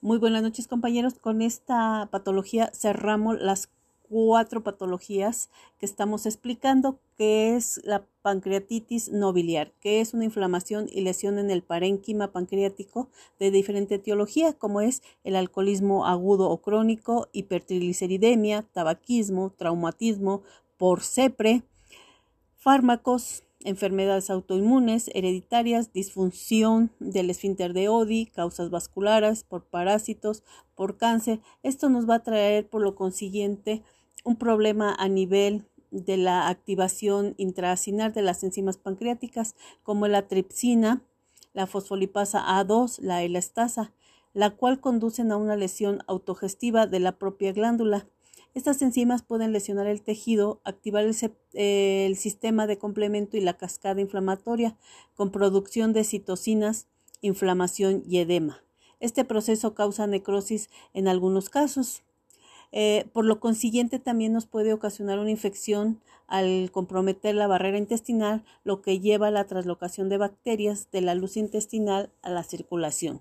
Muy buenas noches, compañeros. Con esta patología cerramos las 4 patologías que estamos explicando, que es la pancreatitis no biliar, que es una inflamación y lesión en el parénquima pancreático de diferente etiología, como es el alcoholismo agudo o crónico, hipertrigliceridemia, tabaquismo, traumatismo por CEPRE, fármacos, enfermedades autoinmunes, hereditarias, disfunción del esfínter de Oddi, causas vasculares, por parásitos, por cáncer. Esto nos va a traer, por lo consiguiente, un problema a nivel de la activación intraacinar de las enzimas pancreáticas, como la tripsina, la fosfolipasa A2, la elastasa, la cual conducen a una lesión autogestiva de la propia glándula. Estas enzimas pueden lesionar el tejido, activar el sistema de complemento y la cascada inflamatoria con producción de citocinas, inflamación y edema. Este proceso causa necrosis en algunos casos. Por lo consiguiente, también nos puede ocasionar una infección al comprometer la barrera intestinal, lo que lleva a la traslocación de bacterias de la luz intestinal a la circulación.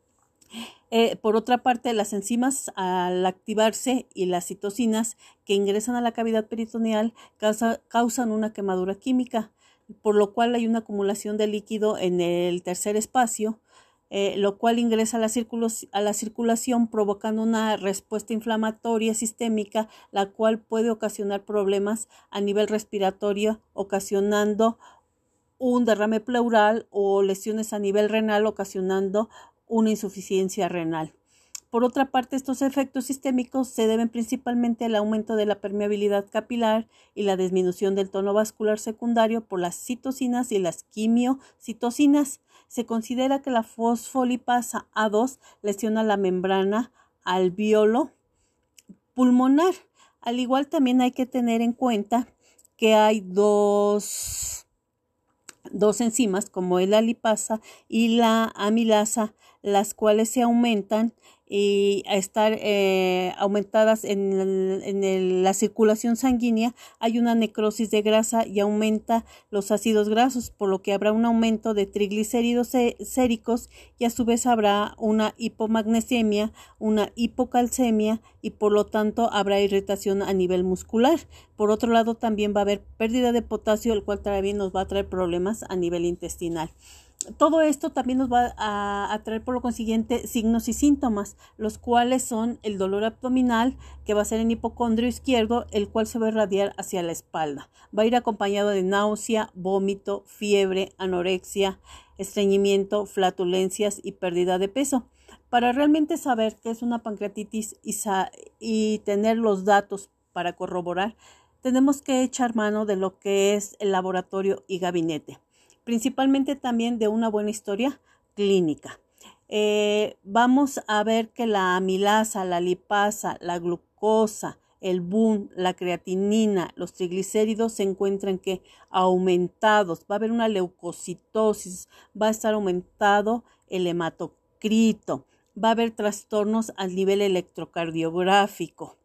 Por otra parte, las enzimas al activarse y las citocinas que ingresan a la cavidad peritoneal causan una quemadura química, por lo cual hay una acumulación de líquido en el tercer espacio, lo cual ingresa a la circulación provocando una respuesta inflamatoria sistémica, la cual puede ocasionar problemas a nivel respiratorio, ocasionando un derrame pleural o lesiones a nivel renal, ocasionando una insuficiencia renal. Por otra parte, estos efectos sistémicos se deben principalmente al aumento de la permeabilidad capilar y la disminución del tono vascular secundario por las citocinas y las quimiocitocinas. Se considera que la fosfolipasa A2 lesiona la membrana alveolo pulmonar. Al igual, también hay que tener en cuenta que hay dos enzimas, como es la lipasa y la amilasa, las cuales se aumentan y a estar aumentadas en la circulación sanguínea, hay una necrosis de grasa y aumenta los ácidos grasos, por lo que habrá un aumento de triglicéridos séricos y a su vez habrá una hipomagnesemia, una hipocalcemia y por lo tanto habrá irritación a nivel muscular. Por otro lado, también va a haber pérdida de potasio, el cual también nos va a traer problemas a nivel intestinal. Todo esto también nos va a traer, por lo consiguiente, signos y síntomas, los cuales son el dolor abdominal, que va a ser en hipocondrio izquierdo, el cual se va a irradiar hacia la espalda. Va a ir acompañado de náusea, vómito, fiebre, anorexia, estreñimiento, flatulencias y pérdida de peso. Para realmente saber qué es una pancreatitis y tener los datos para corroborar, tenemos que echar mano de lo que es el laboratorio y gabinete, principalmente también de una buena historia clínica. Vamos a ver que la amilasa, la lipasa, la glucosa, el BUN, la creatinina, los triglicéridos se encuentran aumentados. Va a haber una leucocitosis, va a estar aumentado el hematocrito, va a haber trastornos a nivel electrocardiográfico.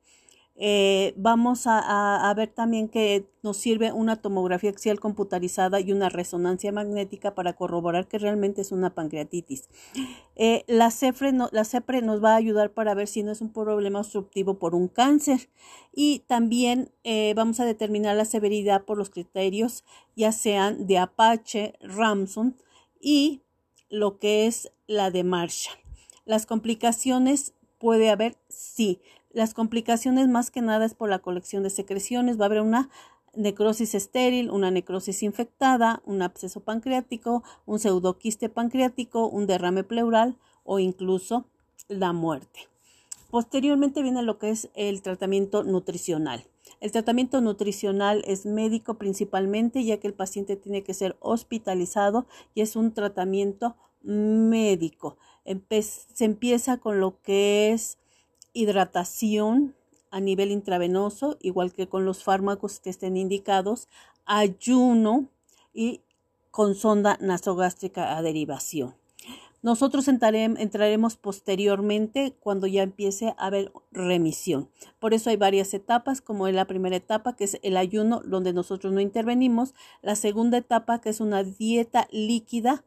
Vamos a ver también que nos sirve una tomografía axial computarizada y una resonancia magnética para corroborar que realmente es una pancreatitis. La CEPRE nos va a ayudar para ver si no es un problema obstructivo por un cáncer, y también vamos a determinar la severidad por los criterios ya sean de Apache, Ramson y lo que es la de Marshall. Las complicaciones puede haber, sí. Las complicaciones más que nada es por la colección de secreciones. Va a haber una necrosis estéril, una necrosis infectada, un absceso pancreático, un pseudoquiste pancreático, un derrame pleural o incluso la muerte. Posteriormente viene lo que es el tratamiento nutricional. El tratamiento nutricional es médico principalmente, ya que el paciente tiene que ser hospitalizado y es un tratamiento médico. Se empieza con lo que es hidratación a nivel intravenoso, igual que con los fármacos que estén indicados, ayuno y con sonda nasogástrica a derivación. Nosotros entraremos posteriormente cuando ya empiece a haber remisión. Por eso hay varias etapas, como es la primera etapa, que es el ayuno, donde nosotros no intervenimos. La segunda etapa, que es una dieta líquida,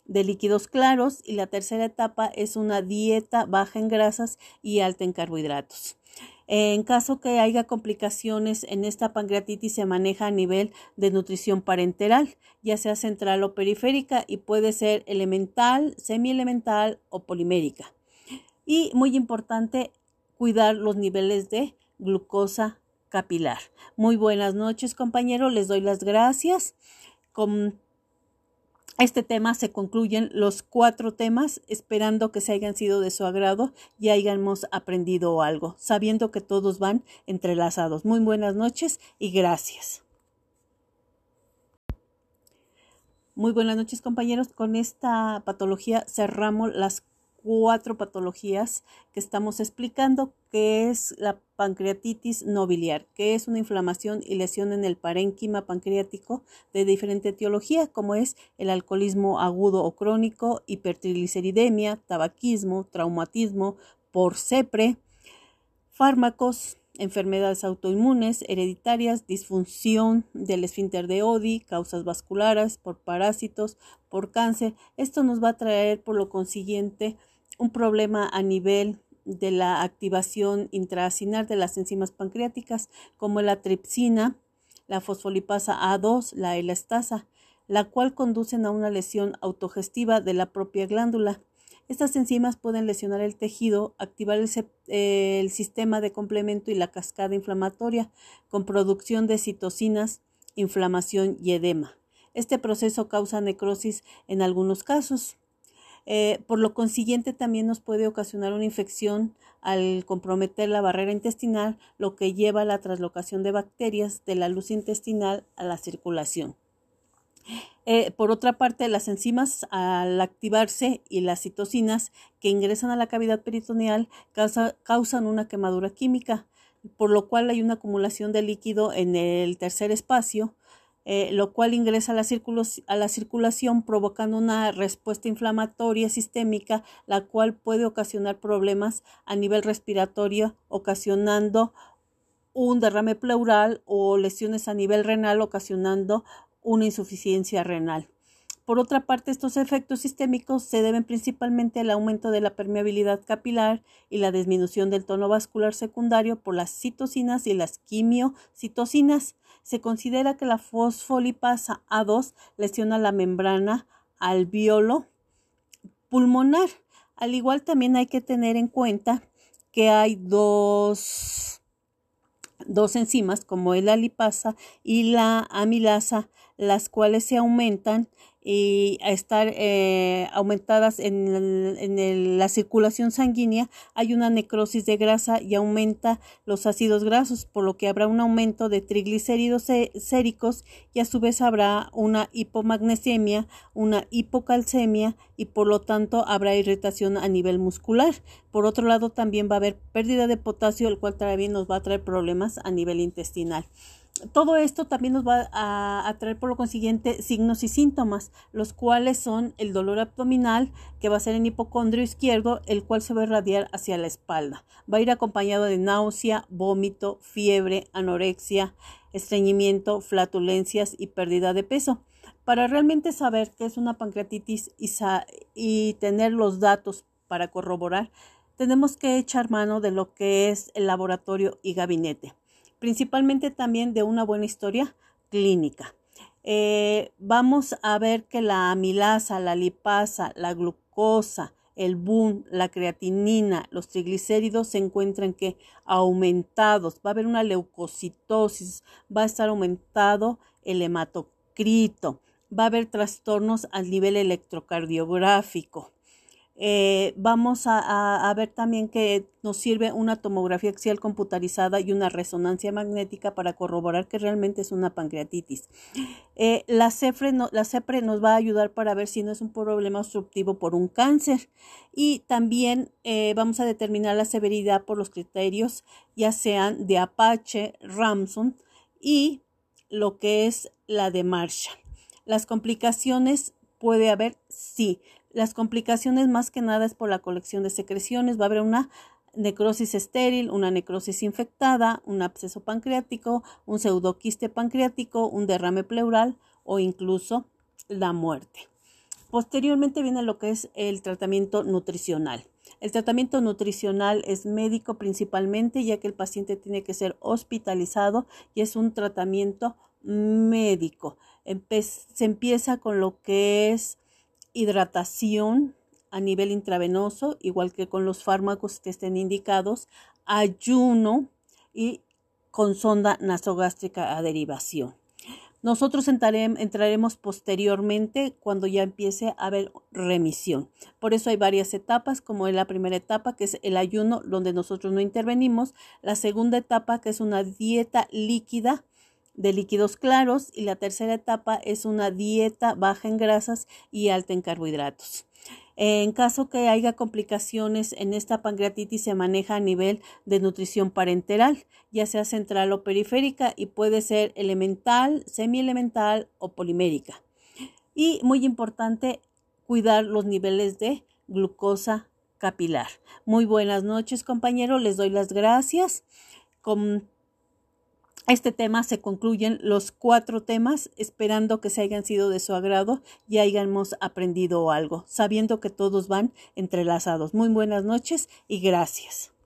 de líquidos claros, y la tercera etapa es una dieta baja en grasas y alta en carbohidratos. En caso que haya complicaciones en esta pancreatitis, se maneja a nivel de nutrición parenteral, ya sea central o periférica, y puede ser elemental, semielemental o polimérica. Y muy importante, cuidar los niveles de glucosa capilar. Muy buenas noches, compañeros, les doy las gracias. Con este tema se concluyen los 4 temas, esperando que se hayan sido de su agrado y hayamos aprendido algo, sabiendo que todos van entrelazados. Muy buenas noches y gracias. Muy buenas noches, compañeros. Con esta patología cerramos las 4 patologías que estamos explicando, que es la pancreatitis no biliar, que es una inflamación y lesión en el parénquima pancreático de diferente etiología, como es el alcoholismo agudo o crónico, hipertrigliceridemia, tabaquismo, traumatismo por CEPRE, fármacos, enfermedades autoinmunes, hereditarias, disfunción del esfínter de Oddi, causas vasculares, por parásitos, por cáncer. Esto nos va a traer, por lo consiguiente, un problema a nivel de la activación intraacinar de las enzimas pancreáticas, como la tripsina, la fosfolipasa A2, la elastasa, la cual conducen a una lesión autogestiva de la propia glándula. Estas enzimas pueden lesionar el tejido, activar el sistema de complemento y la cascada inflamatoria, con producción de citocinas, inflamación y edema. Este proceso causa necrosis en algunos casos. Por lo consiguiente, también nos puede ocasionar una infección al comprometer la barrera intestinal, lo que lleva a la traslocación de bacterias de la luz intestinal a la circulación. Por otra parte, las enzimas, al activarse, y las citocinas que ingresan a la cavidad peritoneal causan una quemadura química, por lo cual hay una acumulación de líquido en el tercer espacio, lo cual ingresa a la circulación, provocando una respuesta inflamatoria sistémica, la cual puede ocasionar problemas a nivel respiratorio, ocasionando un derrame pleural o lesiones a nivel renal, ocasionando una insuficiencia renal. Por otra parte, estos efectos sistémicos se deben principalmente al aumento de la permeabilidad capilar y la disminución del tono vascular secundario por las citocinas y las quimiocitocinas. Se considera que la fosfolipasa A2 lesiona la membrana alveolo pulmonar. Al igual, también hay que tener en cuenta que hay dos enzimas, como es la lipasa y la amilasa, las cuales se aumentan y a estar aumentadas en la circulación sanguínea, hay una necrosis de grasa y aumenta los ácidos grasos, por lo que habrá un aumento de triglicéridos séricos, y a su vez habrá una hipomagnesemia, una hipocalcemia, y por lo tanto habrá irritación a nivel muscular. Por otro lado, también va a haber pérdida de potasio, el cual también nos va a traer problemas a nivel intestinal. Todo esto también nos va a traer, por lo consiguiente, signos y síntomas, los cuales son el dolor abdominal, que va a ser en hipocondrio izquierdo, el cual se va a irradiar hacia la espalda. Va a ir acompañado de náusea, vómito, fiebre, anorexia, estreñimiento, flatulencias y pérdida de peso. Para realmente saber qué es una pancreatitis y tener los datos para corroborar, tenemos que echar mano de lo que es el laboratorio y gabinete, principalmente también de una buena historia clínica. Vamos a ver que la amilasa, la lipasa, la glucosa, el BUN, la creatinina, los triglicéridos se encuentran aumentados. Va a haber una leucocitosis, va a estar aumentado el hematocrito, va a haber trastornos a nivel electrocardiográfico. Vamos a ver también que nos sirve una tomografía axial computarizada y una resonancia magnética para corroborar que realmente es una pancreatitis. La CEPRE nos va a ayudar para ver si no es un problema obstructivo por un cáncer, y también vamos a determinar la severidad por los criterios, ya sean de Apache, Ramson y lo que es la de Marshall. Las complicaciones puede haber, sí. Las complicaciones más que nada es por la colección de secreciones. Va a haber una necrosis estéril, una necrosis infectada, un absceso pancreático, un pseudoquiste pancreático, un derrame pleural o incluso la muerte. Posteriormente viene lo que es el tratamiento nutricional. El tratamiento nutricional es médico principalmente, ya que el paciente tiene que ser hospitalizado y es un tratamiento médico. Se empieza con lo que es hidratación a nivel intravenoso, igual que con los fármacos que estén indicados, ayuno y con sonda nasogástrica a derivación. Nosotros entraremos posteriormente cuando ya empiece a haber remisión. Por eso hay varias etapas, como en la primera etapa, que es el ayuno, donde nosotros no intervenimos. La segunda etapa, que es una dieta líquida de líquidos claros. Y la tercera etapa es una dieta baja en grasas y alta en carbohidratos. En caso que haya complicaciones en esta pancreatitis, se maneja a nivel de nutrición parenteral, ya sea central o periférica, y puede ser elemental, semielemental o polimérica. Y muy importante, cuidar los niveles de glucosa capilar. Muy buenas noches, compañeros, les doy las gracias. Con este tema se concluyen los 4 temas, esperando que se hayan sido de su agrado y hayamos aprendido algo, sabiendo que todos van entrelazados. Muy buenas noches y gracias.